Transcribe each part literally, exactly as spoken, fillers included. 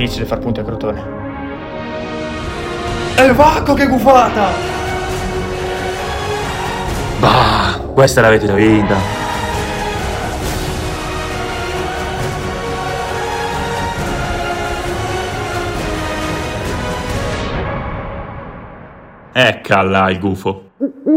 difficile far punti a Crotone. E il Vacco che gufata! Bah, questa l'avete già vinta. Eccola il gufo.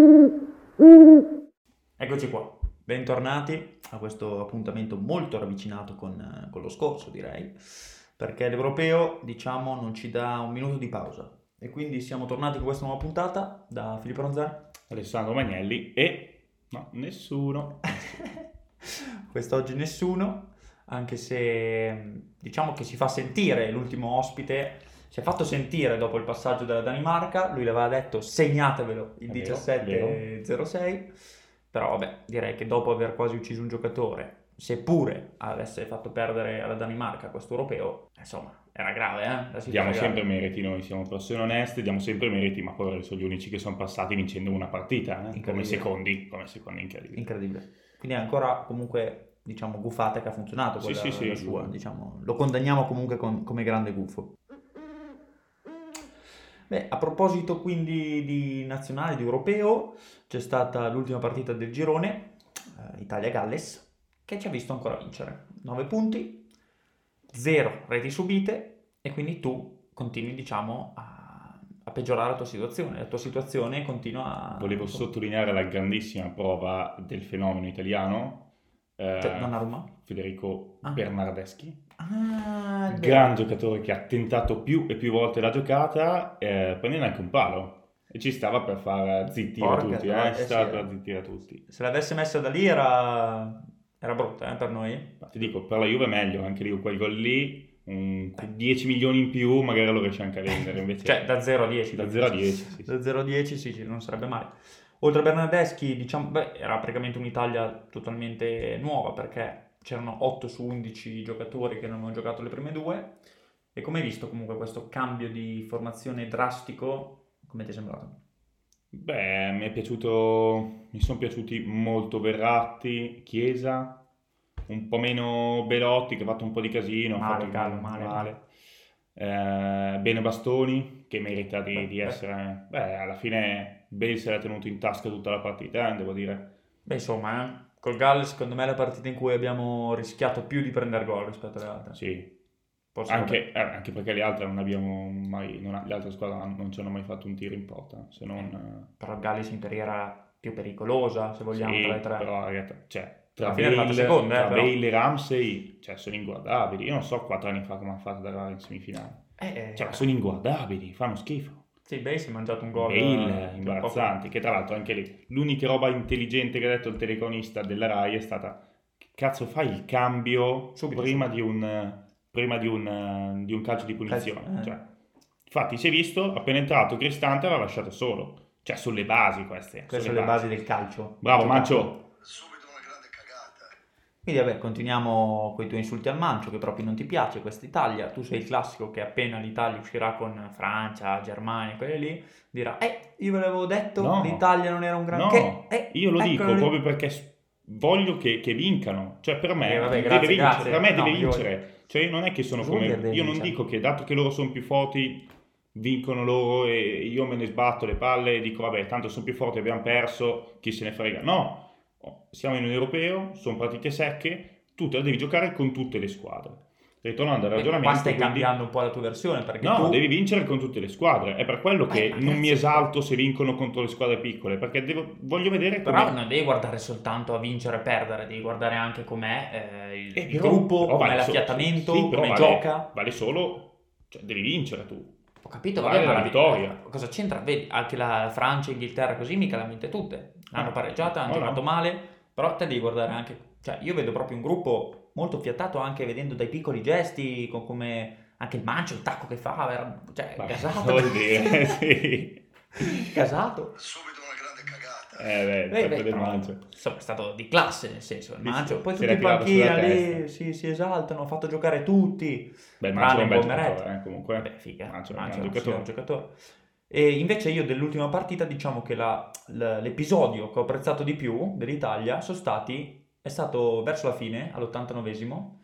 Eccoci qua, bentornati a questo appuntamento molto ravvicinato con, con lo scorso, direi, perché l'Europeo, diciamo, non ci dà un minuto di pausa. E quindi siamo tornati con questa nuova puntata da Filippo Ronzani, Alessandro Magnelli e... no, nessuno. Quest'oggi nessuno, anche se diciamo che si fa sentire l'ultimo ospite. Si è fatto sentire dopo il passaggio della Danimarca, lui l'aveva detto segnatevelo il diciassette zero sei, però vabbè, direi che dopo aver quasi ucciso un giocatore, seppure avesse fatto perdere alla Danimarca questo europeo, insomma, era grave, eh? Diamo sempre meriti noi, siamo persone oneste, diamo sempre meriti, ma poi sono gli unici che sono passati vincendo una partita, eh? come secondi, come secondi, incredibile. Incredibile. Quindi è ancora comunque, diciamo, gufata che ha funzionato quella, sì, sì, la sì, sua, sì. diciamo, lo condanniamo comunque con, come grande gufo. Beh, a proposito quindi di nazionale, di europeo, c'è stata l'ultima partita del girone, eh, Italia-Galles, che ci ha visto ancora vincere. nove punti, zero reti subite, e quindi tu continui, diciamo, a, a peggiorare la tua situazione. La tua situazione continua a... Volevo sottolineare la grandissima prova del fenomeno italiano, eh, Cioè, Donnarumma? Federico Ah. Bernardeschi. Ah, è vero. Gran giocatore che ha tentato più e più volte la giocata, eh, prendendo anche un palo e ci stava per far zittire Porca tutti, troia, eh, eh ci stava sì, per eh. zittire tutti. Se l'avesse messa da lì era, era brutta, eh, per noi. Ma ti dico, per la Juve è meglio, anche lì con quel gol lì, un dieci milioni in più magari lo riesce anche a vendere, invece Cioè, da zero a dieci. da zero a dieci, sì, sì. Da zero a dieci, sì, sì, non sarebbe male. Oltre a Bernardeschi, diciamo, beh, era praticamente un'Italia totalmente nuova, perché c'erano otto su undici giocatori che non avevano giocato le prime due. E come hai visto comunque questo cambio di formazione drastico, come ti è sembrato? Beh, mi è piaciuto, mi sono piaciuti molto Verratti, Chiesa, un po' meno Belotti che ha fatto un po' di casino, ha Male, fatto Carlo, male, Eh, bene Bastoni che merita di, Beh, di beh. essere, beh, alla fine Bale se l'ha tenuto in tasca tutta la partita, eh, devo dire. Beh, insomma, eh, col Galles secondo me è la partita in cui abbiamo rischiato più di prendere gol rispetto alle altre. Sì, Forse anche, eh, anche perché le altre non abbiamo mai, non, le altre squadre non, non ci hanno mai fatto un tiro in porta, se non... eh, però il Galles in teoria era più pericolosa, se vogliamo, sì, tra le tre. però ragazzi, cioè, tra Alla fine è arrivata Bale, seconda, eh, tra però. Bale e Ramsey, cioè, sono inguardabili. Io non so quattro anni fa come hanno fatto ad arrivare in semifinale. Eh, Cioè, ma sono inguardabili, fanno schifo. sì, Bale si è mangiato un gol. Bale, eh, imbarazzanti, che tra l'altro anche lì, l'unica roba intelligente che ha detto il telecronista della Rai è stata: che cazzo fai il cambio Subito, prima, subito. Di, un, prima di, un, di un calcio di punizione? Calcio, eh. Cioè, infatti si è visto, appena entrato Cristante l'ha lasciato solo, cioè sulle basi queste. Queste sulle sono le basi del calcio. Bravo Giocato. Mancio. Subito una grande cagata. Quindi vabbè, continuiamo con i tuoi insulti al Mancio, che proprio non ti piace questa Italia. Tu sei il classico che appena l'Italia uscirà con Francia, Germania, quelle lì, dirà: eh, io ve l'avevo detto, No. l'Italia non era un granché. No, eh, io lo dico eccolo lì." proprio perché s- voglio che, che vincano. Cioè, per me Eh, vabbè, deve grazie, vincere. grazie. Per me No, deve io- vincere. Cioè, io non è che sono Cosa vuol come. dire deve Io non vincere? dico che dato che loro sono più forti, vincono loro e io me ne sbatto le palle e dico: vabbè, tanto sono più forti, abbiamo perso, chi se ne frega. No, siamo in un europeo, sono partite secche, tu te la devi giocare con tutte le squadre. Ritornando al Beh, ragionamento, qua stai quindi- cambiando un po' la tua versione, perché No, tu... devi vincere con tutte le squadre. È per quello che Beh, ma non mi grazie. esalto se vincono contro le squadre piccole, perché devo- voglio vedere come... Però non devi guardare soltanto a vincere e perdere, devi guardare anche com'è eh, il, Eh, il però- gruppo, però com'è vale so- l'affiatamento, sì, però come vale- gioca. Vale solo... Cioè, devi vincere tu. Ho capito, Vale vabbè, la ma la vittoria. Cosa c'entra? Vedi, anche la Francia, Inghilterra, così mica l'hanno vinte tutte. L'hanno Ah, pareggiata, hanno no, giocato no. male, però te devi guardare anche... Cioè, io vedo proprio un gruppo molto fiattato, anche vedendo dai piccoli gesti, con come... Anche il Mancio, il tacco che fa, era- cioè, Ma gasato. cosa vuol dire? Sì. Gasato. Subito una grande cagata. Eh, beh, il Beh, tempo beh, del però, Mancio. insomma, è stato di classe, nel senso, il Sì, Mancio. sì, Poi se tutti l'è in tirato panchina sulla lì testa. si, si esaltano, hanno fatto giocare tutti. Beh, il Mancio è un bel Tranne giocatore, Bomberetti. eh, comunque. Beh, figa, Mancio è un Mancio gran è un giocatore. signor giocatore. E invece io dell'ultima partita, diciamo che la- l- l'episodio che ho apprezzato di più dell'Italia sono stati, è stato verso la fine, all'ottantanovesimo,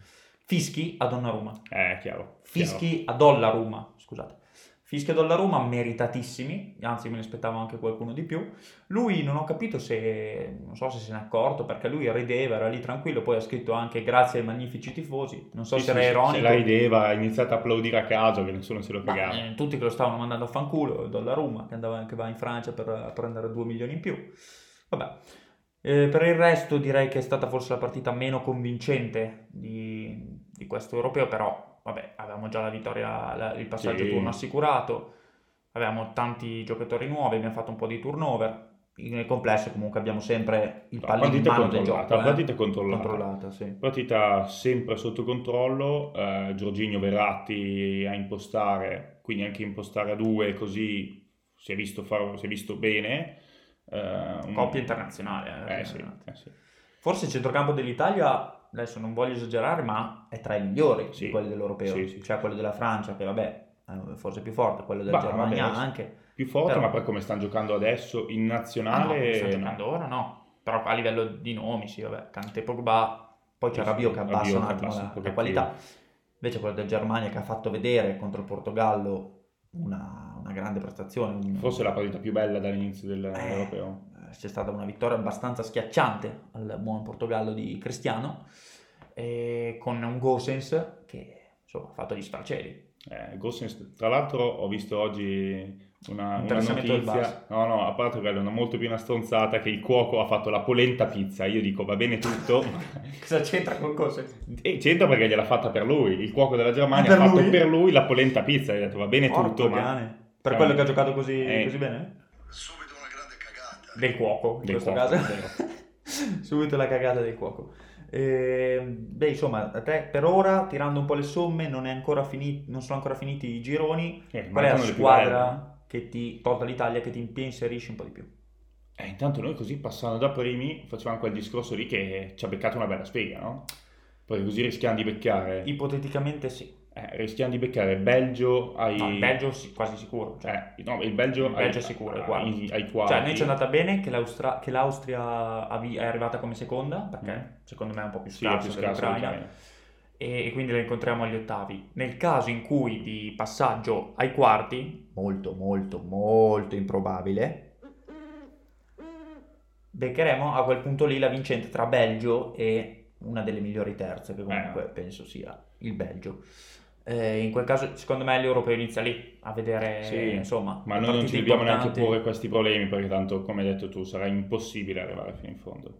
fischi a Donnarumma. Eh, chiaro. Fischi a Donnarumma, scusate. Fischi a Donnarumma meritatissimi, anzi me ne aspettavo anche qualcuno di più. Lui non ho capito se, non so se se n'è accorto, perché lui rideva, era lì tranquillo, poi ha scritto anche grazie ai magnifici tifosi, non so Sì, se sì, era sì, ironico. se la rideva, ha iniziato a applaudire a caso, che nessuno se lo Ma, cagava. eh, tutti che lo stavano mandando a fanculo, Donnarumma che, andava, che va in Francia per prendere due milioni in più. Vabbè. Eh, per il resto direi che è stata forse la partita meno convincente di, di questo europeo, però vabbè, avevamo già la vittoria, la- il passaggio Sì. turno assicurato, avevamo tanti giocatori nuovi, abbiamo fatto un po' di turnover, nel complesso comunque abbiamo sempre il La pallino in partita mano del controllata, gioco. la eh. partita controllata. Controllata, sì. Partita sempre sotto controllo, eh, Jorginho Verratti a impostare, quindi anche impostare a due, così si è visto, far- si è visto bene. Eh, un- Coppia internazionale. eh, Eh sì, veramente. eh sì. Forse il centrocampo dell'Italia, adesso non voglio esagerare, ma è tra i migliori Sì. di quelli dell'Europeo. Sì, sì, Cioè sì. quello della Francia, che vabbè, è forse più forte, quello della Bah, Germania vabbè, anche. Più forte, Però- ma poi come stanno giocando adesso in Ah, no, nazionale... come sta no. giocando ora no. Però a livello di nomi, sì, vabbè, Kanté, Pogba, poi c'è Sì, sì, Rabiot che abbassa Rabiot un che attimo abbassa un la, la pochettino. qualità. Invece quello del Germania che ha fatto vedere contro il Portogallo una, una grande prestazione. un- Forse la partita più bella dall'inizio Eh, dell'Europeo. eh, c'è stata una vittoria abbastanza schiacciante al buon Portogallo di Cristiano, eh, con un Gosens che insomma ha fatto gli sfalcelli. Eh, Gosens, tra l'altro ho visto oggi una, una Interessamento del notizia, no no, a parte quello, una molto più una stronzata, che il cuoco ha fatto la polenta pizza. Io dico va bene tutto, Cosa c'entra con Gosens? e c'entra perché gliel'ha fatta per lui, il cuoco della Germania Ah, ha per fatto lui? per lui la polenta pizza, gli ha detto va bene Porco tutto, ma cane. Per Cioè, quello che ha giocato così, eh, così bene? Subito una grande cagata. Del cuoco, in Del questo cuoco, caso. Subito la cagata del cuoco. Eh, beh, insomma, a te per ora, tirando un po' le somme, non, è ancora fini- non sono ancora finiti i gironi. Eh, Qual è la mancano le più squadra che ti, tolta l'Italia, che ti impensierisce un po' di più? Eh, intanto noi così passando da primi facevamo quel discorso lì che ci ha beccato una bella sfiga, no? Perché così rischiamo di beccare, Ipoteticamente sì. eh, rischiamo di beccare Belgio ai... No, il Belgio sì, quasi sicuro. Cioè, Eh, no, il Belgio, il Belgio ai, è sicuro, ai ai- quarti. ai quarti. Cioè, a noi ci è andata bene che, l'Austra- che l'Austria avvi- è arrivata come seconda, perché Mm. secondo me è un po' più Sì, è scarsa più scarso dell'Ucraina. l'Ucraina. e, e quindi la incontriamo agli ottavi. Nel caso in cui di passaggio ai quarti, molto molto molto improbabile, beccheremo a quel punto lì la vincente tra Belgio e una delle migliori terze, che comunque Eh. penso sia il Belgio. Eh, in quel caso secondo me l'Europeo inizia lì a vedere, Sì, insomma, ma le noi non partite ci dobbiamo neanche importanti. porre questi problemi, perché tanto, come hai detto tu, sarà impossibile arrivare fino in fondo.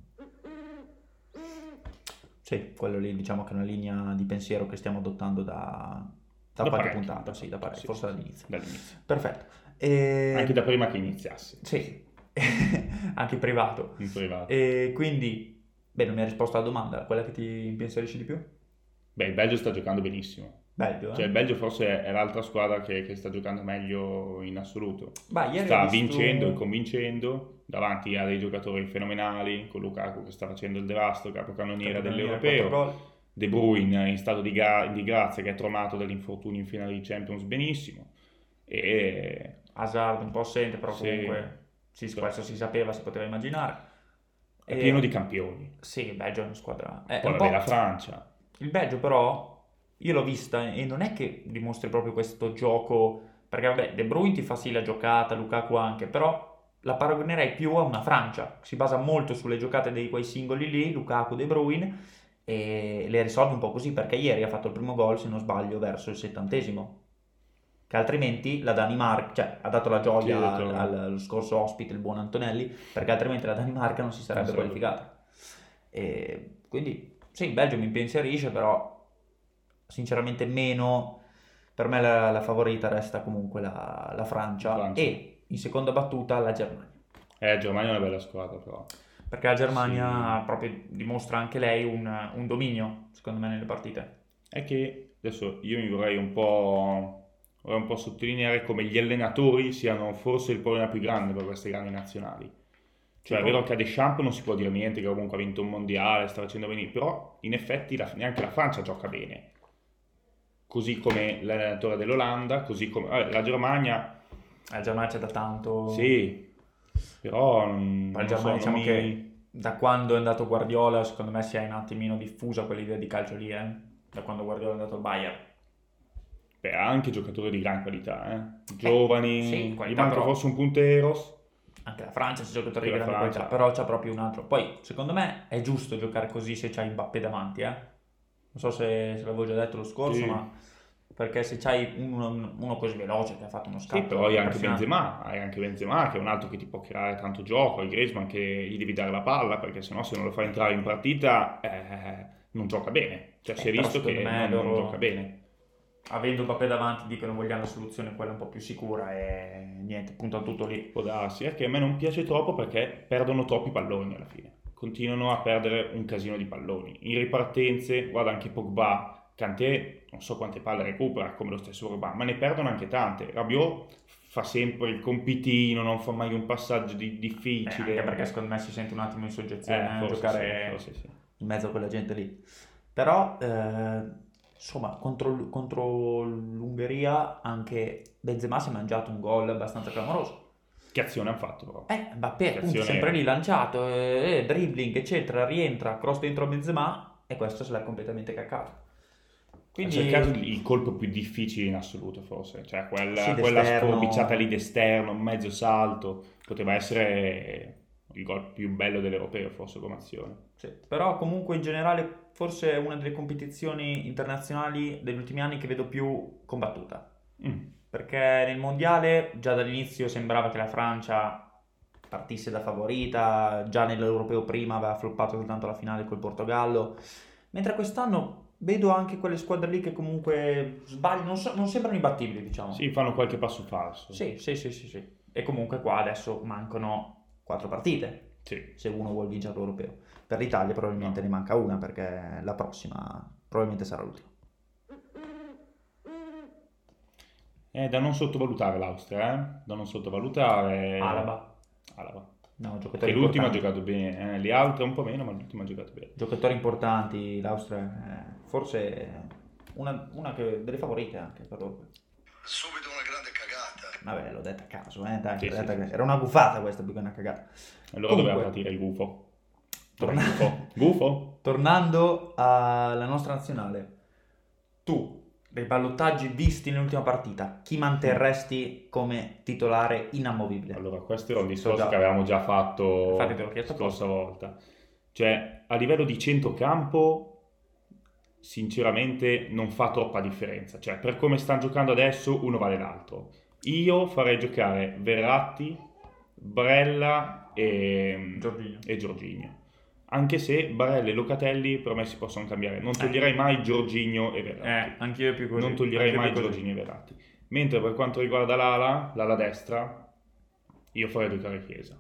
Sì, quello lì diciamo che è una linea di pensiero che stiamo adottando da, da, Da qualche parecchio, puntata, sì, da parecchio, sì, forse sì, dall'inizio. Dall'inizio. Perfetto. E... Anche da prima che iniziasse, Sì, anche privato. in privato. E quindi, beh, non mi hai risposto alla domanda, quella che ti impensierisce di più? Beh, il Belgio sta giocando benissimo. Belgio, eh? Cioè, il Belgio forse è l'altra squadra che, che sta giocando meglio in assoluto. Bah, ieri Sta ho visto- vincendo e convincendo davanti a dei giocatori fenomenali, con Lukaku che sta facendo il devasto, capocannoniera Capocannoniera, dell'Europeo, quattro gol. De Bruyne in stato di, gra- di grazia, che è tornato dall'infortunio in finale di Champions benissimo, e Hazard un po' assente, però Sì. comunque sì, questo si sapeva, si poteva immaginare. è E- pieno di campioni. Sì, il Belgio è una squadra... È, è Poi un vabbè, po'... la Francia. Il Belgio però, io l'ho vista e non è che dimostri proprio questo gioco, perché vabbè, De Bruyne ti fa sì la giocata, Lukaku anche, però la paragonerei più a una Francia, si basa molto sulle giocate di quei singoli lì, Lukaku, De Bruyne, e le risolve un po' così, perché ieri ha fatto il primo gol, se non sbaglio, verso il settantesimo, che altrimenti la Danimarca, cioè ha dato la gioia Sì, ha al, detto- al- allo scorso ospite, il buon Antonelli, perché altrimenti la Danimarca non si sarebbe Non sarebbe- qualificata. E quindi sì, il Belgio mi impensierisce, però sinceramente meno, per me la, la favorita resta comunque la, la Francia, Francia. e in seconda battuta la Germania, Eh, Germania è una bella squadra, però. perché la Germania Sì. proprio dimostra anche lei un, un dominio secondo me nelle partite. È che adesso io mi vorrei un po', vorrei un po' sottolineare come gli allenatori siano forse il problema più grande per queste grandi nazionali. Cioè, è Tipo? vero che a Deschamps non si può dire niente, che comunque ha vinto un mondiale, sta facendo bene, però in effetti la- neanche la Francia gioca bene. Così come l'allenatore dell'Olanda, così come vabbè, la Germania, La Germania c'è da tanto. sì, però non, Poi la non so, Germania non diciamo mi- che da quando è andato Guardiola secondo me si è un attimino diffusa quell'idea di calcio lì, eh. da quando Guardiola è andato al Bayern. Beh, ha anche giocatori di gran qualità, eh. Giovani, Eh, sì, gli qualità, manca però- forse un punteros. Anche la Francia c'è giocatori di Anche la grande Francia. qualità, però c'ha proprio un altro. Poi, secondo me, è giusto giocare così se c'hai Mbappé davanti, eh. Non so se, se l'avevo già detto lo scorso, Sì. ma perché se c'hai uno, uno così veloce che ha fatto uno scatto Sì, però hai anche impressionante. Benzema, hai anche Benzema che è un altro che ti può creare tanto gioco, hai Griezmann che gli devi dare la palla perché sennò se non lo fai entrare in partita eh, non gioca bene, cioè Eh, si è però visto che secondo me non, non loro- gioca bene. Avendo Mbappé davanti dicono vogliamo la soluzione quella un po' più sicura e niente, puntano tutto lì. Può darsi, è che a me non piace troppo perché perdono troppi palloni alla fine, continuano a perdere un casino di palloni, in ripartenze, guarda anche Pogba, Kanté, non so quante palle recupera come lo stesso Pogba, ma ne perdono anche tante, Rabiot fa sempre il compitino, non fa mai un passaggio di- Eh, difficile. anche perché secondo me si sente un attimo in soggezione Eh, a forse giocare sì, forse sì. in mezzo a quella gente lì. Però, eh, insomma, contro, contro l'Ungheria anche Benzema si è mangiato un gol abbastanza clamoroso. Che azione hanno fatto però? Eh, Mbappé appunto azione sempre era? lì lanciato, eh, eh, dribbling eccetera, rientra, cross dentro Benzema e questo se l'ha completamente caccato. Quindi Ha cercato il il colpo più difficile in assoluto forse, cioè quella, Sì, quella d'esterno. sforbiciata lì d'esterno, mezzo salto, poteva essere il gol più bello dell'Europeo forse come azione. sì, però comunque in generale forse è una delle competizioni internazionali degli ultimi anni che vedo più combattuta. Mm. Perché nel mondiale già dall'inizio sembrava che la Francia partisse da favorita, già nell'Europeo prima aveva floppato soltanto la finale col Portogallo, mentre quest'anno vedo anche quelle squadre lì che comunque sbagliano, non, so- non sembrano imbattibili, diciamo. Sì, fanno qualche passo falso. Sì, sì, sì, sì, sì. E comunque qua adesso mancano quattro partite, Sì. se uno vuole vincere l'Europeo. Per l'Italia probabilmente No. ne manca una perché la prossima probabilmente sarà l'ultima. È da non sottovalutare l'Austria, eh? Da non sottovalutare. Alaba, Alaba. no, giocatori Che l'ultimo ha importanti. giocato bene, eh, le altre un po' meno, ma l'ultimo ha giocato bene. Giocatori importanti, l'Austria è forse una, una che- delle favorite anche per loro. Subito una grande cagata. Vabbè, l'ho detta a caso, eh, dai, Sì, l'ho sì, detta sì, che- sì. era una buffata questa più che una cagata. Allora Comunque- doveva partire il gufo. Torna- Gufo? Gufo? Tornando alla nostra nazionale, tu, dei ballottaggi visti nell'ultima partita, chi manterresti come titolare inamovibile? Allora, questo era un So discorso già. che avevamo già fatto Infatti te l'ho chiesto la scorsa volta. Cioè, a livello di centrocampo, sinceramente non fa troppa differenza. Cioè, per come stanno giocando adesso, uno vale l'altro. Io farei giocare Verratti, Barella e Jorginho. e Jorginho. Anche se Barella e Locatelli per me si possono cambiare. Non Eh. toglierei mai Jorginho e Verratti. Eh, anch'io più così. Non toglierei anch'io mai più così. Jorginho e Verratti. Mentre per quanto riguarda l'ala, l'ala destra, io farei giocare Chiesa.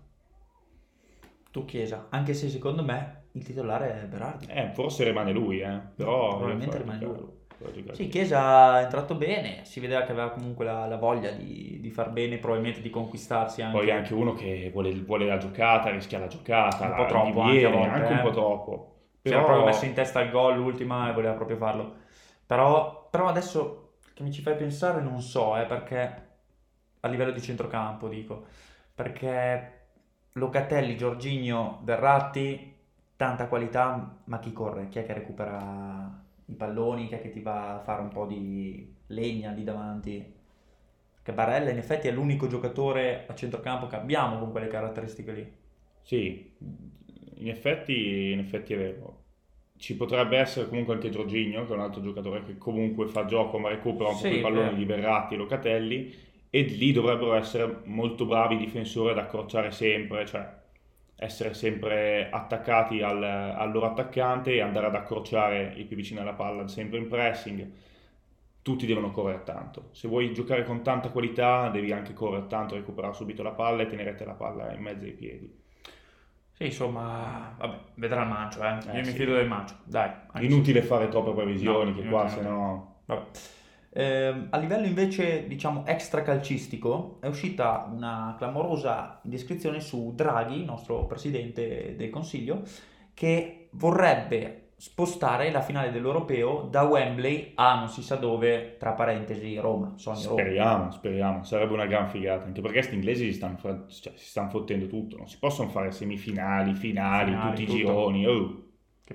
Tu Chiesa, anche se secondo me il titolare è Berardi. Eh, forse rimane lui, eh. Però io Probabilmente farei rimane giocare- lui. farei giocare Sì, Chiesa. Chiesa è entrato bene, si vedeva che aveva comunque la, la voglia di, di far bene, probabilmente di conquistarsi anche. Poi anche uno che vuole, vuole la giocata, rischia la giocata, Un la- po' troppo gli viene, anche a volte, anche un eh. po' troppo. Si era Però proprio messo in testa il gol l'ultima e voleva proprio farlo. Però, però adesso che mi ci fai pensare non so, eh, perché a livello di centrocampo dico, perché Locatelli, Jorginho, Verratti, tanta qualità, ma chi corre? Chi è che recupera i palloni? Chi è che ti va a fare un po' di legna lì davanti? Che Barella in effetti è l'unico giocatore a centrocampo che abbiamo con quelle caratteristiche lì. sì, in effetti, in effetti è vero. Ci potrebbe essere comunque anche Jorginho, che è un altro giocatore che comunque fa gioco ma recupera un Sì, po' i palloni vero. di Verratti e Locatelli, e lì dovrebbero essere molto bravi i difensori ad accorciare sempre, cioè essere sempre attaccati al, al loro attaccante e andare ad accorciare i più vicini alla palla, sempre in pressing. Tutti devono correre tanto. Se vuoi giocare con tanta qualità, devi anche correre tanto, recuperare subito la palla e tenere te la palla in mezzo ai piedi. Sì, insomma, vabbè, vedrà il Mancio, eh. Io Eh, mi sì. fido del Mancio, dai. anche se- Inutile fare troppe previsioni, No, che qua inutile, se no... Vabbè. Ehm, a livello invece, diciamo, extracalcistico, è uscita una clamorosa indiscrezione su Draghi, il nostro presidente del Consiglio, che vorrebbe spostare la finale dell'Europeo da Wembley a non si sa dove, tra parentesi, Roma, sogno Roma. Speriamo, speriamo, sarebbe una gran figata, anche perché sti inglesi si stanno, fa- cioè, si stanno fottendo tutto, non si possono fare semifinali, finali, Finali, tutti i tutto. gironi, oh. Che poi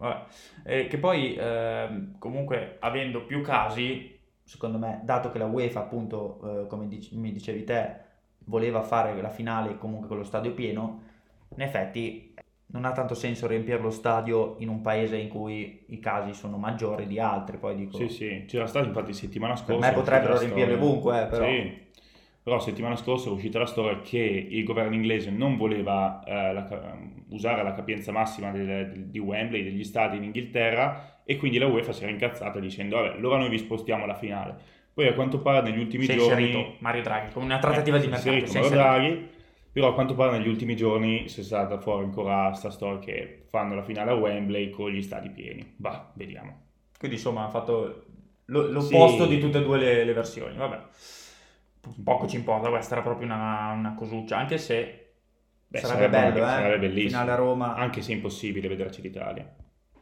vabbè. Eh, che poi ehm, comunque avendo più casi, secondo me, dato che la UEFA appunto, eh, come dic- mi dicevi te, voleva fare la finale comunque con lo stadio pieno, in effetti non ha tanto senso riempire lo stadio in un paese in cui i casi sono maggiori di altri, poi dico... Sì, sì, c'era stato infatti settimana Per scorsa... me è potrebbero uscita la riempirli storia. ovunque, eh, però... Sì, però settimana scorsa è uscita la storia che il governo inglese non voleva eh, la ca- usare la capienza massima del- del- di Wembley, degli stadi in Inghilterra, e quindi la UEFA si era incazzata dicendo, vabbè, allora noi vi spostiamo alla finale. Poi a quanto pare negli ultimi Si è giorni... inserito Mario Draghi con una trattativa Eh, di si è mercato. inserito si è Mario inserito. Draghi, però a quanto pare negli ultimi giorni si è stata fuori ancora sta storia che fanno la finale a Wembley con gli stadi pieni. Bah, vediamo. Quindi insomma ha fatto lo- l'opposto Sì. di tutte e due le, le versioni. Vabbè, poco ci importa, questa era proprio una, una cosuccia, anche se Beh, sarebbe, una- bello, eh? sarebbe bellissimo. Finale a Roma. Anche se è impossibile vederci l'Italia.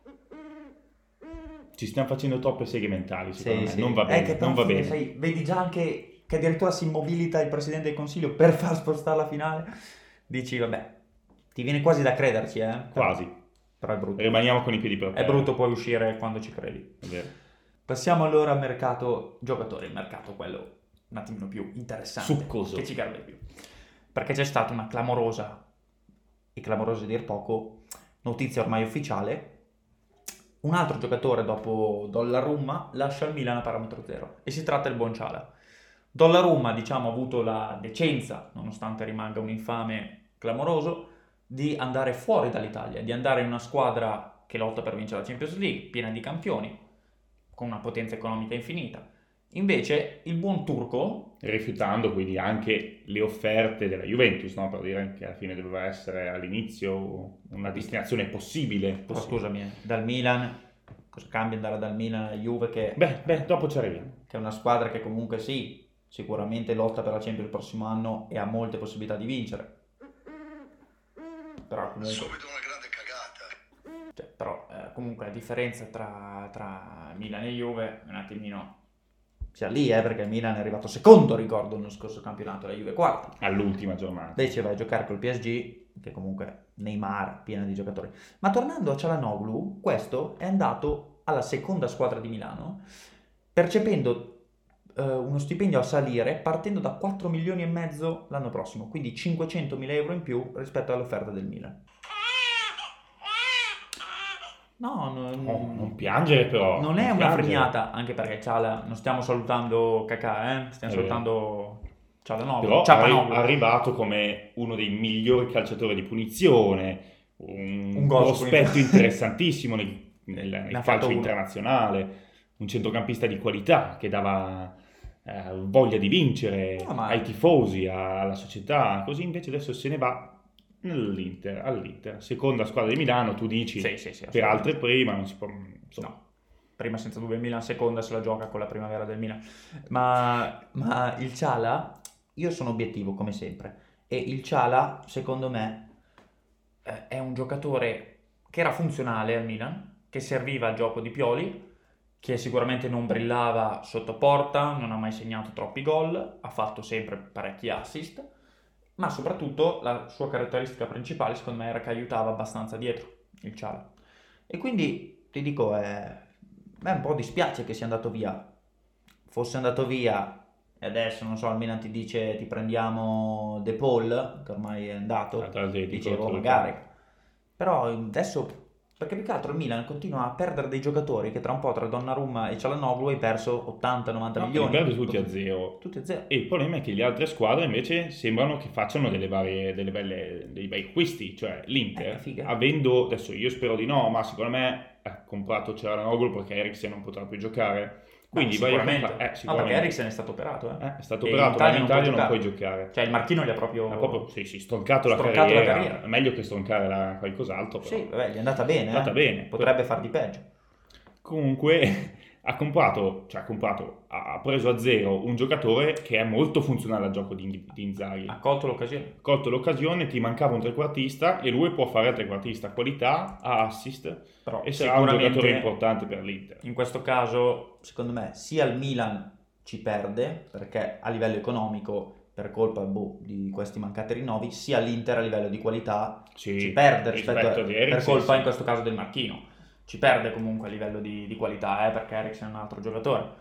Ci stiamo facendo troppe seghe mentali, secondo Sì, me. sì. Non va È bene, che non va alla fine, bene. sai, vedi già anche che addirittura si immobilita il Presidente del Consiglio per far spostare la finale. Dici, vabbè, ti viene quasi da crederci, eh? Quasi. Però è brutto. Rimaniamo con i piedi per È terra. brutto poi uscire quando ci credi. È vero. Passiamo allora al mercato giocatori, il mercato quello un attimino più interessante, Succoso. che ci garba di più. Perché c'è stata una clamorosa, e clamorosa a dir poco, notizia ormai ufficiale. Un altro giocatore dopo Donnarumma lascia il Milan a parametro zero e si tratta del buon Ciala. Donnarumma, diciamo, ha avuto la decenza, nonostante rimanga un infame clamoroso, di andare fuori dall'Italia, di andare in una squadra che lotta per vincere la Champions League, piena di campioni, con una potenza economica infinita. Invece il buon turco, Rifiutando quindi anche le offerte della Juventus, no? Per dire che alla fine doveva essere all'inizio una destinazione possibile. oh, possibile. scusami, eh, dal Milan, cosa cambia andare dal Milan alla Juve che, Beh, beh, dopo ci arriviamo. che è una squadra che comunque sì, sicuramente lotta per la Champions il prossimo anno e ha molte possibilità di vincere. Però comunque, Subito una grande cagata. cioè, però, eh, comunque la differenza tra, tra Milan e Juve è un attimino sia lì, eh, perché il Milan è arrivato secondo, ricordo, nello scorso campionato, la Juve quarta. All'ultima giornata. Invece vai a giocare col P S G, che comunque Neymar, piena di giocatori. Ma tornando a Çalhanoğlu, questo è andato alla seconda squadra di Milano, percependo eh, uno stipendio a salire, partendo da quattro milioni e mezzo l'anno prossimo, quindi cinquecentomila euro in più rispetto all'offerta del Milan. No, non, Oh, non piangere però. non è non una piangere. fregnata, anche perché Ciala, non stiamo salutando Kakà, eh? stiamo È vero. salutando Çalhanoğlu, Però Çalhanoğlu. è arrivato come uno dei migliori calciatori di punizione, un, Un gol su prospetto punizione. interessantissimo nel, nel- nel Ne ha fatto calcio uno. internazionale, un centrocampista di qualità che dava eh, voglia di vincere No, ma- ai tifosi, alla società, così invece adesso se ne va nell'Inter, all'Inter, seconda squadra di Milano, tu dici, Sì, sì, sì, per altre prima, non si può... insomma. No, prima senza dubbio il Milan, seconda se la gioca con la primavera del Milan. Ma, ma il Ciala, io sono obiettivo come sempre, e il Ciala, secondo me, eh, è un giocatore che era funzionale al Milan, che serviva al gioco di Pioli, che sicuramente non brillava sotto porta, non ha mai segnato troppi gol, ha fatto sempre parecchi assist, ma soprattutto la sua caratteristica principale secondo me era che aiutava abbastanza dietro il Ciala. E quindi ti dico, eh, a me un po' dispiace che sia andato via. Fosse andato via e adesso, non so, al Milan ti dice ti prendiamo De Paul, che ormai è andato, Atletico, dicevo Atletico. magari. Però adesso, perché più che altro il Milan continua a perdere dei giocatori che tra un po' tra Donnarumma e Çalhanoğlu hai perso ottanta novanta No, milioni. li perde tutti a zero. Tutti a zero. E il problema è che le altre squadre invece sembrano che facciano delle varie, delle belle, dei bei acquisti, cioè l'Inter, Eh, figa. avendo, adesso io spero di no, ma secondo me ha comprato Çalhanoğlu perché Eriksen non potrà più giocare, quindi Ma vai a sicuramente. comprare- eh, No, sicuramente. perché Eriksen è stato operato, eh. Eh, è stato E operato, in ma Italia in non Italia può non puoi giocare. giocare. Cioè il Marchino gli ha proprio, Ha proprio sì, sì, stroncato la Stroncato la carriera, carriera. è meglio che stroncare la- qualcos'altro. Però. Sì, vabbè, gli è andata bene. È andata eh. bene. Potrebbe far di peggio. Comunque ha comprato, cioè ha comprato, ha preso a zero un giocatore che è molto funzionale al gioco di, di Inzaghi. Ha colto l'occasione. Ha colto l'occasione, ti mancava un trequartista e lui può fare il trequartista, qualità, ha assist Però e sarà un sicuramente giocatore importante per l'Inter. in questo caso, secondo me, sia il Milan ci perde, perché a livello economico, per colpa boh, di questi mancati rinnovi, sia l'Inter a livello di qualità Sì, ci perde rispetto, rispetto a, ad per Eriksen, colpa sì. in questo caso del Marchino. ci perde comunque a livello di, di qualità, eh, perché Eriksen è un altro giocatore.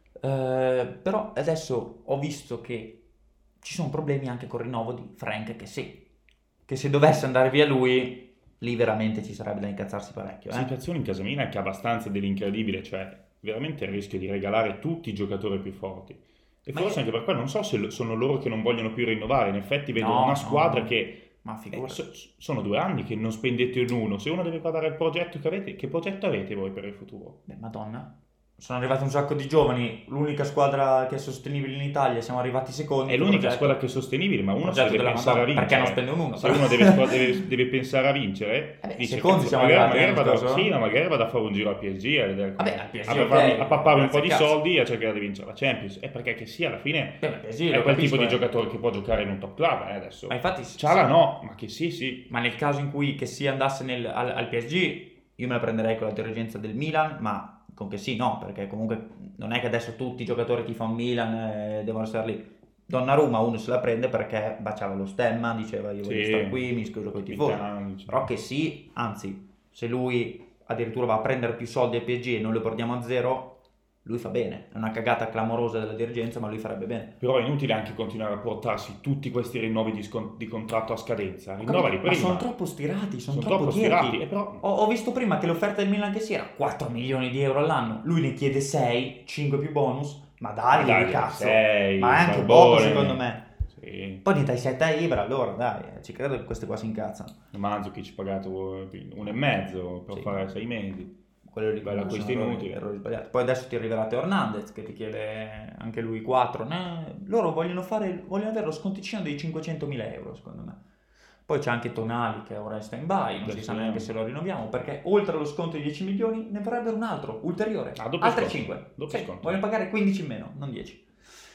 Eh, però adesso ho visto che ci sono problemi anche col rinnovo di Frank Kessie, che se dovesse andare via lui, lì veramente ci sarebbe da incazzarsi parecchio. La Eh? situazione in casa mia è che ha abbastanza dell'incredibile, cioè veramente il rischio di regalare tutti i giocatori più forti. E Ma forse io- anche per quello non so se lo- sono loro che non vogliono più rinnovare, in effetti vedo No, una no, squadra no. che Ma eh, figurati. so- sono due anni che non spendete in uno, se uno deve guardare il progetto che avete, che progetto avete voi per il futuro? Beh, Madonna. Sono arrivati un sacco di giovani, l'unica squadra che è sostenibile in Italia, siamo arrivati secondi. È l'unica progetto. squadra che è sostenibile, ma uno Progetto se deve della pensare a Madonna, vincere. perché non spende un uno, Se però. uno deve, deve- deve pensare a vincere, Eh beh, dice, secondi cazzo, siamo magari, arrivati magari l'anno vado, scorso, sì, no? no, magari vado a fare un giro a P S G a vedere come- Vabbè, al P S G, a, papparmi, ok, a papparmi un po' di grazie, cazzo. soldi e a cercare di vincere la Champions. È perché che sia alla fine Beh, ma P S G è lo quel capisco, tipo di eh. giocatore che può giocare in un top club eh, adesso. Ma infatti Ciala sì. no, ma che sì, sì. Ma nel caso in cui che sia andasse nel- al, al P S G, io me la prenderei con la dirigenza del Milan, ma con che sì, no, perché comunque non è che adesso tutti i giocatori tifano Milan e devono stare lì. Donnarumma uno se la prende perché baciava lo stemma, diceva io voglio Sì. stare qui, mi scuso con i tifosi. Capitano, cioè. Però che sì, anzi, se lui addirittura va a prendere più soldi al P S G e non lo portiamo a zero, lui fa bene. È una cagata clamorosa della dirigenza, ma lui farebbe bene. Però è inutile anche continuare a portarsi tutti questi rinnovi di, scon- di contratto a scadenza. Rinnovali Ma prima. sono troppo stirati, sono, Sono troppo, troppo tirati. stirati, e però- Ho, ho visto prima che l'offerta del Milan che sia era quattro milioni di euro all'anno. Lui ne chiede sei, cinque più bonus. Ma dai, Dai, cazzo. sei, ma è anche Barbone. poco secondo me. Sì. Poi ne dai sette a Ibra, allora dai, eh, ci credo che queste qua si incazzano. Mandzukic ci ha pagato uno e mezzo per Sì. fare sei mesi. Quello lì Bello, sono acquisti errori- inutili. errori sbagliati. Poi adesso ti arriverà Teo Hernandez che ti chiede anche lui quattro. Ne- Loro vogliono fare, vogliono avere lo sconticino dei cinquecentomila euro secondo me. Poi c'è anche Tonali che ora è stand by, non si Adesso sa neanche vediamo. se lo rinnoviamo perché oltre allo sconto di dieci milioni ne vorrebbero un altro ulteriore, Ah, doppio altre sconto. cinque. Doppio Sì, sconto. vogliono pagare quindici in meno, non dieci.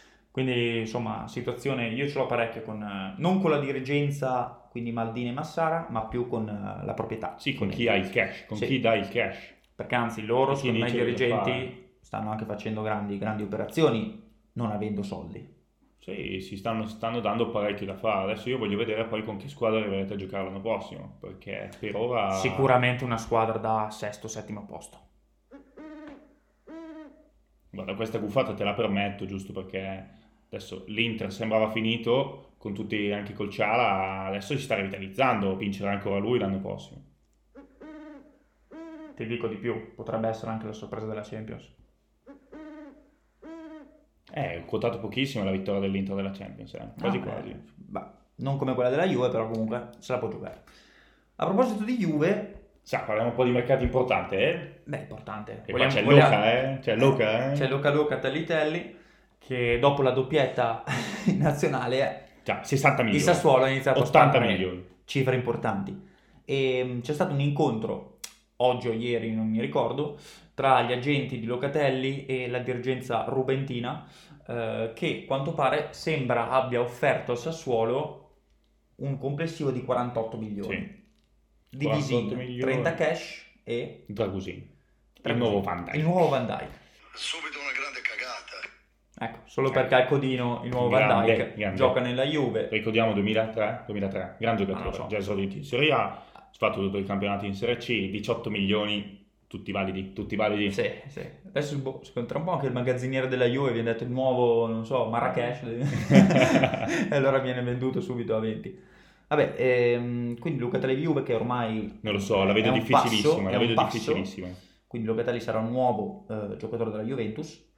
Quindi insomma situazione, io ce l'ho parecchio con, eh, non con la dirigenza, quindi Maldini e Massara, ma più con eh, la proprietà. Sì, con Quindi- chi ha il cash, con Sì. chi dà il cash. Perché anzi loro, E chi secondo me, i dice cosa dirigenti fare. stanno anche facendo grandi, grandi operazioni non avendo soldi. Sì, si stanno, stanno dando parecchio da fare. Adesso io voglio vedere poi con che squadra arriverete a giocare l'anno prossimo, perché per ora... Sicuramente una squadra da sesto, settimo posto. Guarda, questa guffata te la permetto, giusto perché adesso l'Inter sembrava finito, con tutti, anche col Ciala, adesso si sta rivitalizzando, vincerà ancora lui l'anno prossimo. Ti dico di più, potrebbe essere anche la sorpresa della Champions. Eh, ho quotato pochissimo la vittoria dell'Inter della Champions, eh. quasi Ah, beh, quasi. beh, non come quella della Juve, però comunque se la può giocare. A proposito di Juve, Sa, parliamo un po' di mercati importanti, eh? beh, importante. E qua c'è vogliamo- Luca, eh? C'è Luca, eh? C'è Luca Luca Tellitelli, che dopo la doppietta in nazionale Già, sessanta milioni. il Sassuolo ha iniziato ottanta a sparare milioni. cifre importanti. E mh, c'è stato un incontro oggi o ieri, non mi ricordo, tra gli agenti di Locatelli e la dirigenza rubentina, eh, che quanto pare sembra abbia offerto al Sassuolo un complessivo di quarantotto milioni, Sì. divisi in quarantotto milioni. trenta cash e Dragusin. Il Dragusin. nuovo Van Dijk. il nuovo Van Dijk. Subito una grande cagata. Ecco, solo perché al codino il nuovo Van Grande, Dijk grande. gioca nella Juve. Ricordiamo duemilatré, duemilatré, gran giocatore, Ah, non lo so. già esordito in Serie A, ha fatto tutti i campionati in Serie C, diciotto milioni, tutti validi, tutti validi. Sì, sì. Adesso boh, secondo tra un po' anche il magazziniere della Juve viene detto il nuovo, non so, Marrakesh e allora viene venduto subito a venti. Vabbè, ehm, quindi Locatelli Juve che ormai Non lo so, la vedo è un difficilissima, passo, la è un vedo passo. difficilissima. Quindi Locatelli sarà un nuovo eh, giocatore della Juventus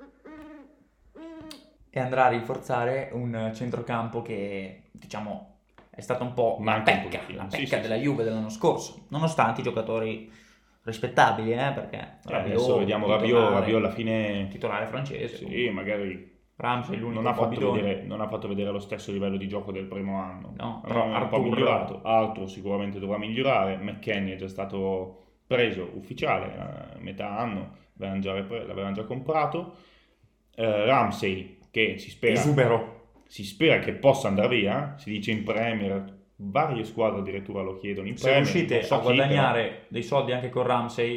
e andrà a rinforzare un centrocampo che diciamo è stato un po' la Manca un pecca, pochettino, la sì, pecca sì, della sì. Juve dell'anno scorso, nonostante i giocatori rispettabili, eh, perché Eh, Rabiot, adesso vediamo Rabiot, titolare- Rabiot alla fine... titolare francese, Sì, magari Ramsey l'unico non ha, un po' fatto bidone. vedere, non ha fatto vedere lo stesso livello di gioco del primo anno. No, È però un po' Arthur- migliorato. Arthur sicuramente dovrà migliorare. McKennie è già stato preso ufficiale a metà anno, l'avevano già, repre- l'avevano già comprato. Eh, Ramsey che si spera, Esubero. si spera che possa andare via, si dice in Premier, varie squadre addirittura lo chiedono in Se Premier. riuscite non so a chi, guadagnare dei soldi anche con Ramsey, però-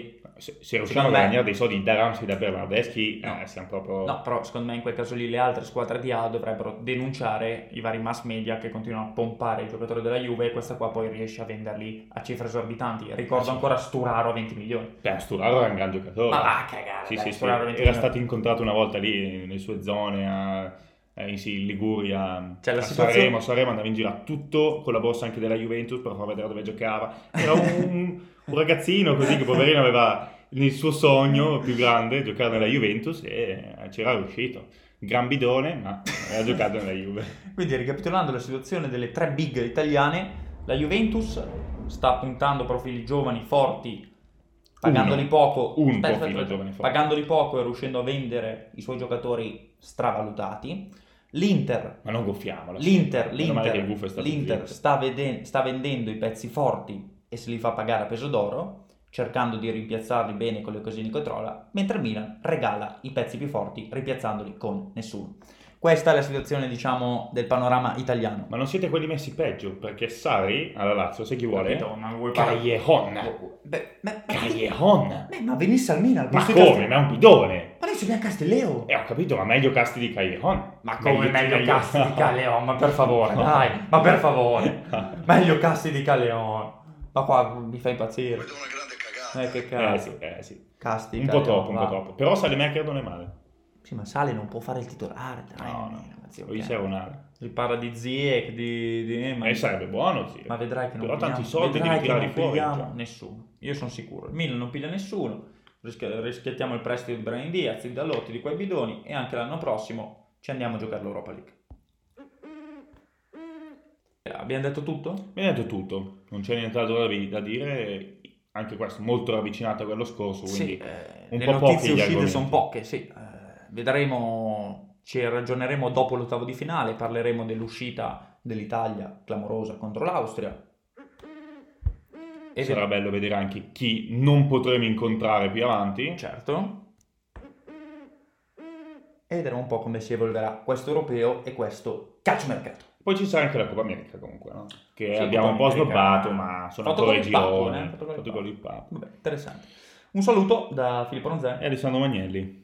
se, se riusciamo a Secondo me- guadagnare dei soldi da Ramsey e da Bernardeschi, No. eh, siamo proprio... No, però secondo me in quel caso lì le altre squadre di A dovrebbero denunciare i vari mass media che continuano a pompare i giocatori della Juve, e questa qua poi riesce a venderli a cifre esorbitanti. Ricordo Ah, sì. ancora Sturaro a venti milioni. Beh, Sturaro era un gran giocatore. Ma va a cagare, Sì, dai, sì, sì. Sturaro venti Era milioni. stato incontrato una volta lì nelle sue zone a, eh, in sì, in Liguria, Cioè, la a situazione- Sanremo. Sanremo andava in giro a tutto con la borsa anche della Juventus per far vedere dove giocava. Era un, un ragazzino così che poverino aveva il suo sogno più grande, giocare nella Juventus, e c'era riuscito. Gran bidone, ma aveva giocato nella Juve. Quindi, ricapitolando la situazione delle tre big italiane, la Juventus sta puntando profili giovani, forti, pagandoli Uno. poco, Un aspetta, profilo aspetta, giovane forte. pagandoli poco e riuscendo a vendere i suoi giocatori stravalutati. L'Inter Ma non goffiamola. L'Inter, Meno male che il l'Inter, gufo è stato l'Inter zitto. sta, veden- sta vendendo i pezzi forti e se li fa pagare a peso d'oro, cercando di rimpiazzarli bene con le occasioni che controlla, mentre il Milan regala i pezzi più forti rimpiazzandoli con nessuno. Questa è la situazione, diciamo, del panorama italiano. Ma non siete quelli messi peggio, perché Sarri alla Lazio, sai chi vuole? Capito? Ma vuoi parlare- Callejon. Beh, ma, ma, Callejon. beh, ma venisse al Milan al Ma posto di come? Cast- Ma è un bidone. Ma adesso abbiamo Castelleo! Eh, ho capito, ma meglio Casti di Callejon. Ma come meglio Casti di Calleon? Ma per favore, dai, ma per favore. Meglio Casti di Calleon. Ma qua mi fa impazzire. Vedo una grande cagata. Eh, che Eh cazzo. sì, eh sì. Casti di Un po' Calleon, troppo, un va. po' troppo. Però Salemaker non è male. Sì, ma Sale non può fare il titolare, dai. No, no. ma zio, Non gli ok. serve un'ala. Si parla di Ziyech, di... di ma, Ma sarebbe buono, sì. ma vedrai che non Però pigliamo, tanti soldi vedrai devi che tirare non fuori. pigliamo cioè. nessuno. Io sono sicuro. Il Milan non piglia nessuno. Rischi- rischiettiamo il prestito di Brahim Diaz, di Dallotti, di quei bidoni, e anche l'anno prossimo ci andiamo a giocare l'Europa League. Abbiamo detto tutto? Mi hai detto tutto. Non c'è nient'altro da, da dire. Anche questo molto ravvicinato a quello scorso, quindi Sì, eh, un le po' notizie pochi gli uscite argomenti. sono poche, sì. Eh, vedremo, ci ragioneremo dopo l'ottavo di finale, parleremo dell'uscita dell'Italia clamorosa contro l'Austria. E Sarà bello vedere anche chi non potremo incontrare più avanti. Certo. E vedremo un po' come si evolverà questo europeo e questo calciomercato. Poi ci sarà anche la Coppa America comunque, no? Che Sì, abbiamo un Coppa po' America. snobbato, ma sono Fatto ancora i con il Papo, gironi. eh, fatto con il Fatto con il Papo. Vabbè, interessante. Un saluto da Filippo Ronzè. E Alessandro Magnelli.